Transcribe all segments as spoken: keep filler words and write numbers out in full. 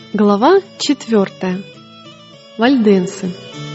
Глава четвертая. Вальденсы.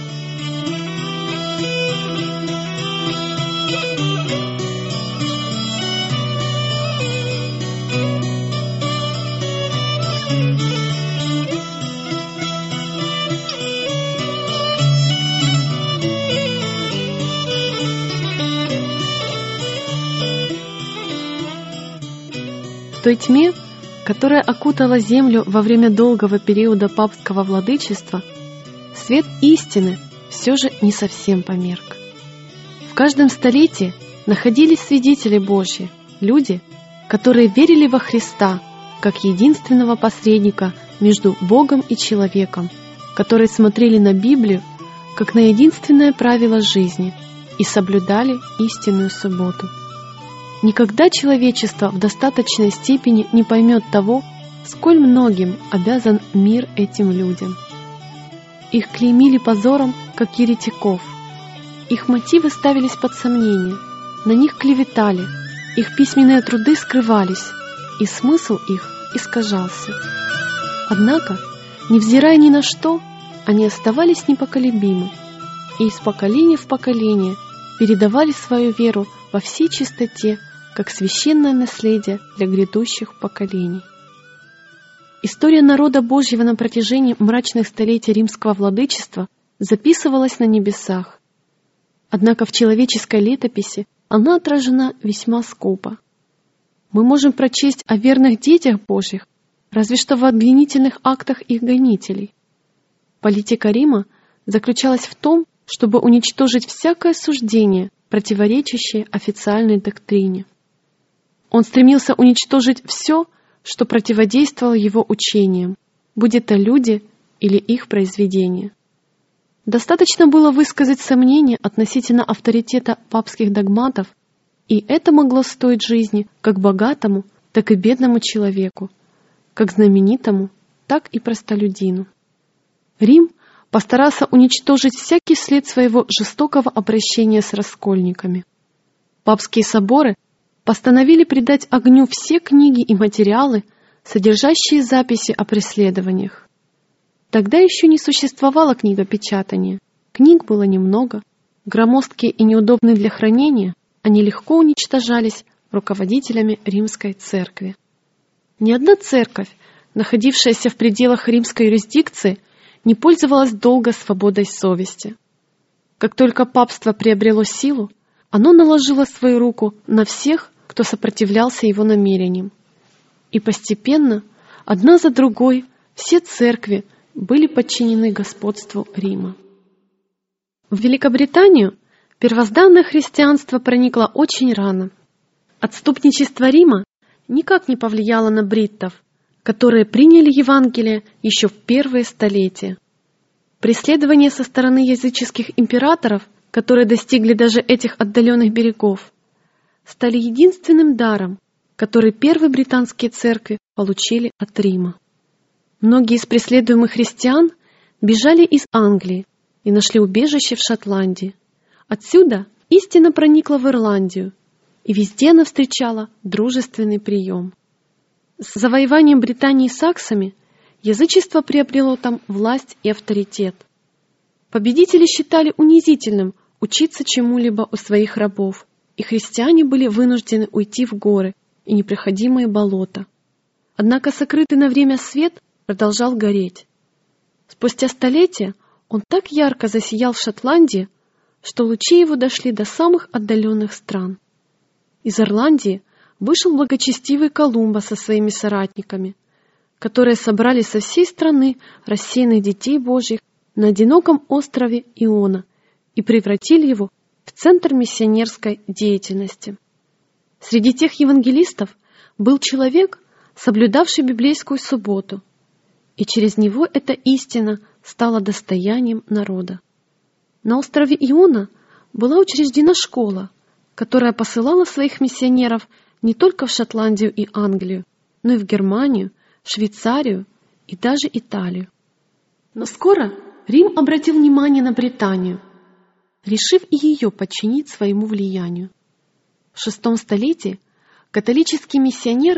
В той тьме, которая окутала землю во время долгого периода папского владычества, свет истины все же не совсем померк. В каждом столетии находились свидетели Божьи, люди, которые верили во Христа как единственного посредника между Богом и человеком, которые смотрели на Библию как на единственное правило жизни и соблюдали истинную субботу. Никогда человечество в достаточной степени не поймет того, сколь многим обязан мир этим людям. Их клеймили позором, как еретиков. Их мотивы ставились под сомнение, на них клеветали, их письменные труды скрывались, и смысл их искажался. Однако, невзирая ни на что, они оставались непоколебимы, и из поколения в поколение передавали свою веру во всей чистоте, как священное наследие для грядущих поколений. История народа Божьего на протяжении мрачных столетий римского владычества записывалась на небесах. Однако в человеческой летописи она отражена весьма скупо. Мы можем прочесть о верных детях Божьих, разве что в обвинительных актах их гонителей. Политика Рима заключалась в том, чтобы уничтожить всякое суждение, противоречащее официальной доктрине. Он стремился уничтожить все, что противодействовало его учениям, будь это люди или их произведения. Достаточно было высказать сомнения относительно авторитета папских догматов, и это могло стоить жизни как богатому, так и бедному человеку, как знаменитому, так и простолюдину. Рим постарался уничтожить всякий след своего жестокого обращения с раскольниками. Папские соборы постановили предать огню все книги и материалы, содержащие записи о преследованиях. Тогда еще не существовало книгопечатания, книг было немного, громоздкие и неудобные для хранения, они легко уничтожались руководителями римской церкви. Ни одна церковь, находившаяся в пределах римской юрисдикции, не пользовалась долго свободой совести. Как только папство приобрело силу, оно наложило свою руку на всех, кто сопротивлялся его намерениям. И постепенно, одна за другой, все церкви были подчинены господству Рима. В Великобританию первозданное христианство проникло очень рано. Отступничество Рима никак не повлияло на бриттов, которые приняли Евангелие еще в первые столетия. Преследования со стороны языческих императоров, которые достигли даже этих отдаленных берегов, стали единственным даром, который первые британские церкви получили от Рима. Многие из преследуемых христиан бежали из Англии и нашли убежище в Шотландии. Отсюда истина проникла в Ирландию, и везде она встречала дружественный прием. С завоеванием Британии саксами язычество приобрело там власть и авторитет. Победители считали унизительным учиться чему-либо у своих рабов, и христиане были вынуждены уйти в горы и непроходимые болота. Однако сокрытый на время свет продолжал гореть. Спустя столетия он так ярко засиял в Шотландии, что лучи его дошли до самых отдаленных стран. Из Ирландии вышел благочестивый Колумба со своими соратниками, которые собрали со всей страны рассеянных детей Божьих на одиноком острове Иона и превратили его в центр миссионерской деятельности. Среди тех евангелистов был человек, соблюдавший библейскую субботу, и через него эта истина стала достоянием народа. На острове Иона была учреждена школа, которая посылала своих миссионеров не только в Шотландию и Англию, но и в Германию, Швейцарию и даже Италию. Но скоро Рим обратил внимание на Британию, решив и ее подчинить своему влиянию. В шестом столетии католические миссионеры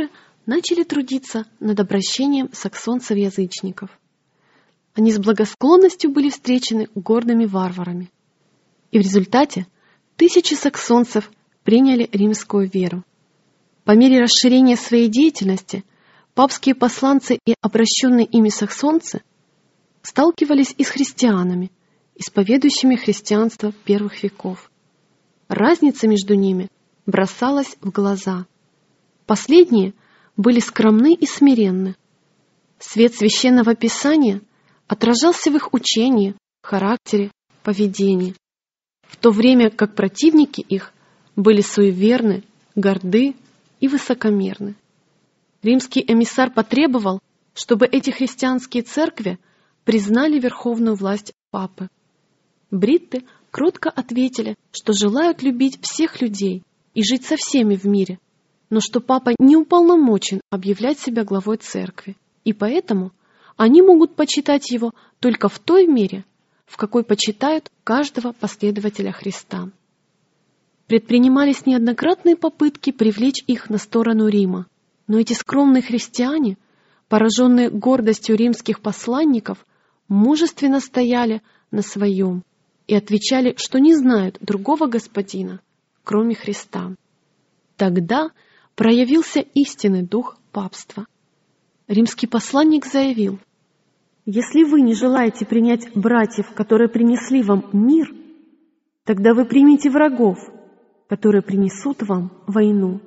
начали трудиться над обращением саксонцев-язычников. Они с благосклонностью были встречены гордыми варварами. И в результате тысячи саксонцев приняли римскую веру. По мере расширения своей деятельности папские посланцы и обращенные ими саксонцы сталкивались и с христианами, исповедующими христианство первых веков. Разница между ними бросалась в глаза. Последние были скромны и смиренны. Свет священного писания отражался в их учении, характере, поведении, в то время как противники их были суеверны, горды и высокомерны. Римский эмиссар потребовал, чтобы эти христианские церкви признали верховную власть папы. Бритты кротко ответили, что желают любить всех людей и жить со всеми в мире, но что папа не уполномочен объявлять себя главой церкви, и поэтому они могут почитать его только в той мере, в какой почитают каждого последователя Христа. Предпринимались неоднократные попытки привлечь их на сторону Рима, но эти скромные христиане, пораженные гордостью римских посланников, мужественно стояли на своем и отвечали, что не знают другого господина, кроме Христа. Тогда проявился истинный дух папства. Римский посланник заявил: «Если вы не желаете принять братьев, которые принесли вам мир, тогда вы примите врагов, которые принесут вам войну.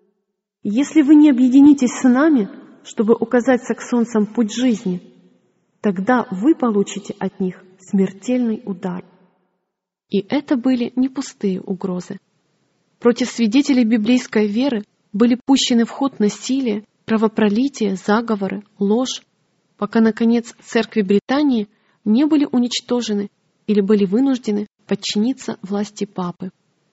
Если вы не объединитесь с нами, чтобы указать саксонцам путь жизни, тогда вы получите от них смертельный удар». И это были не пустые угрозы. Против свидетелей библейской веры были пущены в ход насилие, кровопролитие, заговоры, ложь, пока, наконец, церкви Британии не были уничтожены или были вынуждены подчиниться власти папы.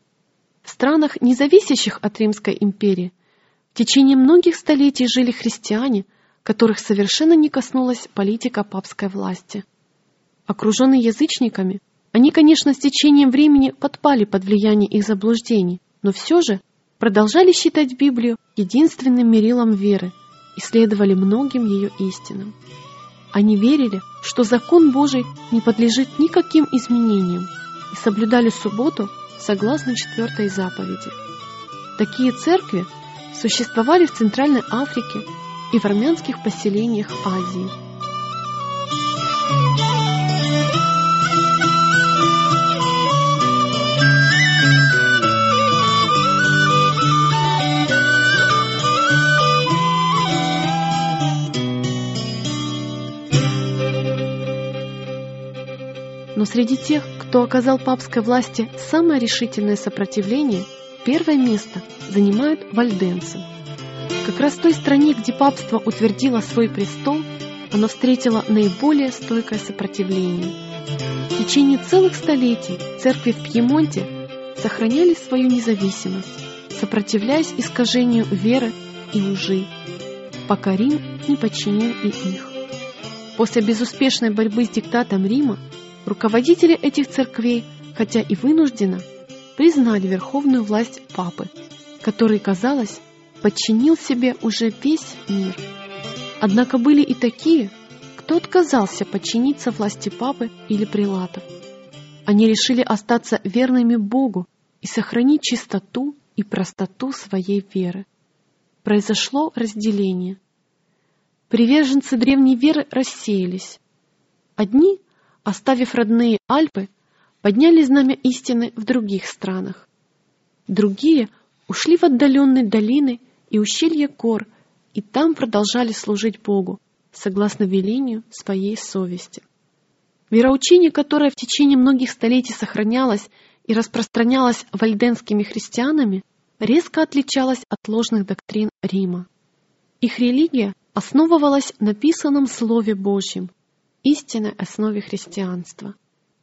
В странах, не зависящих от Римской империи, в течение многих столетий жили христиане, которых совершенно не коснулась политика папской власти. Окруженные язычниками, они, конечно, с течением времени подпали под влияние их заблуждений, но все же продолжали считать Библию единственным мерилом веры и следовали многим ее истинам. Они верили, что закон Божий не подлежит никаким изменениям, и соблюдали субботу согласно четвертой заповеди. Такие церкви существовали в Центральной Африке и в армянских поселениях Азии. Но среди тех, кто оказал папской власти самое решительное сопротивление, первое место занимают вальденцы. Как раз в той стране, где папство утвердило свой престол, оно встретило наиболее стойкое сопротивление. В течение целых столетий церкви в Пьемонте сохраняли свою независимость, сопротивляясь искажению веры и лжи, пока Рим не подчинил и их. После безуспешной борьбы с диктатом Рима руководители этих церквей, хотя и вынужденно, признали верховную власть папы, который, казалось, подчинил себе уже весь мир. Однако были и такие, кто отказался подчиниться власти папы или прелатов. Они решили остаться верными Богу и сохранить чистоту и простоту своей веры. Произошло разделение. Приверженцы древней веры рассеялись. Одни, оставив родные Альпы, подняли знамя истины в других странах. Другие ушли в отдаленные долины и ущелья гор, и там продолжали служить Богу, согласно велению своей совести. Вероучение, которое в течение многих столетий сохранялось и распространялось вальденскими христианами, резко отличалось от ложных доктрин Рима. Их религия основывалась на писанном Слове Божьем, истинной основе христианства.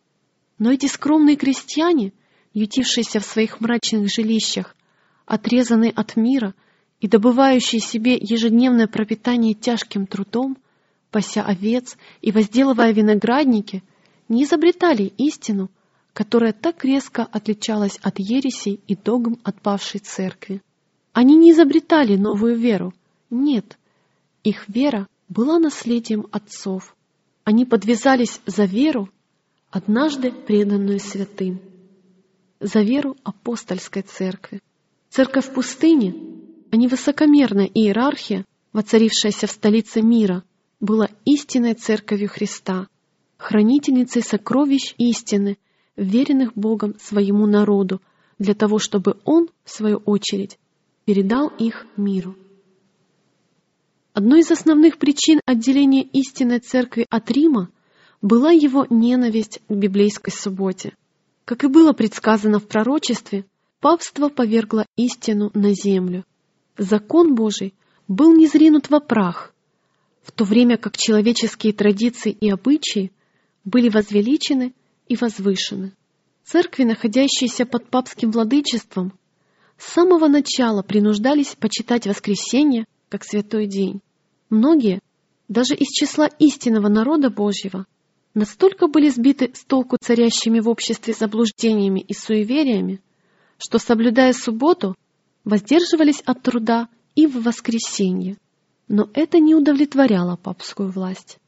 Но эти скромные крестьяне, ютившиеся в своих мрачных жилищах, отрезанные от мира и добывающие себе ежедневное пропитание тяжким трудом, пася овец и возделывая виноградники, не изобретали истину, которая так резко отличалась от ересей и догм отпавшей церкви. Они не изобретали новую веру Нет, их вера была наследием отцов. Они подвязались за веру, однажды преданную святым, за веру апостольской церкви. Церковь пустыни, а не высокомерная иерархия, воцарившаяся в столице мира, была истинной церковью Христа, хранительницей сокровищ истины, веренных Богом своему народу, для того, чтобы Он, в свою очередь, передал их миру. Одной из основных причин отделения истинной церкви от Рима была его ненависть к библейской субботе. Как и было предсказано в пророчестве, папство повергло истину на землю. Закон Божий был низвергнут во прах, в то время как человеческие традиции и обычаи были возвеличены и возвышены. Церкви, находящиеся под папским владычеством, с самого начала принуждались почитать воскресенье как святой день. Многие, даже из числа истинного народа Божьего, настолько были сбиты с толку царящими в обществе заблуждениями и суевериями, что, соблюдая субботу, воздерживались от труда и в воскресенье. Но это не удовлетворяло папскую власть.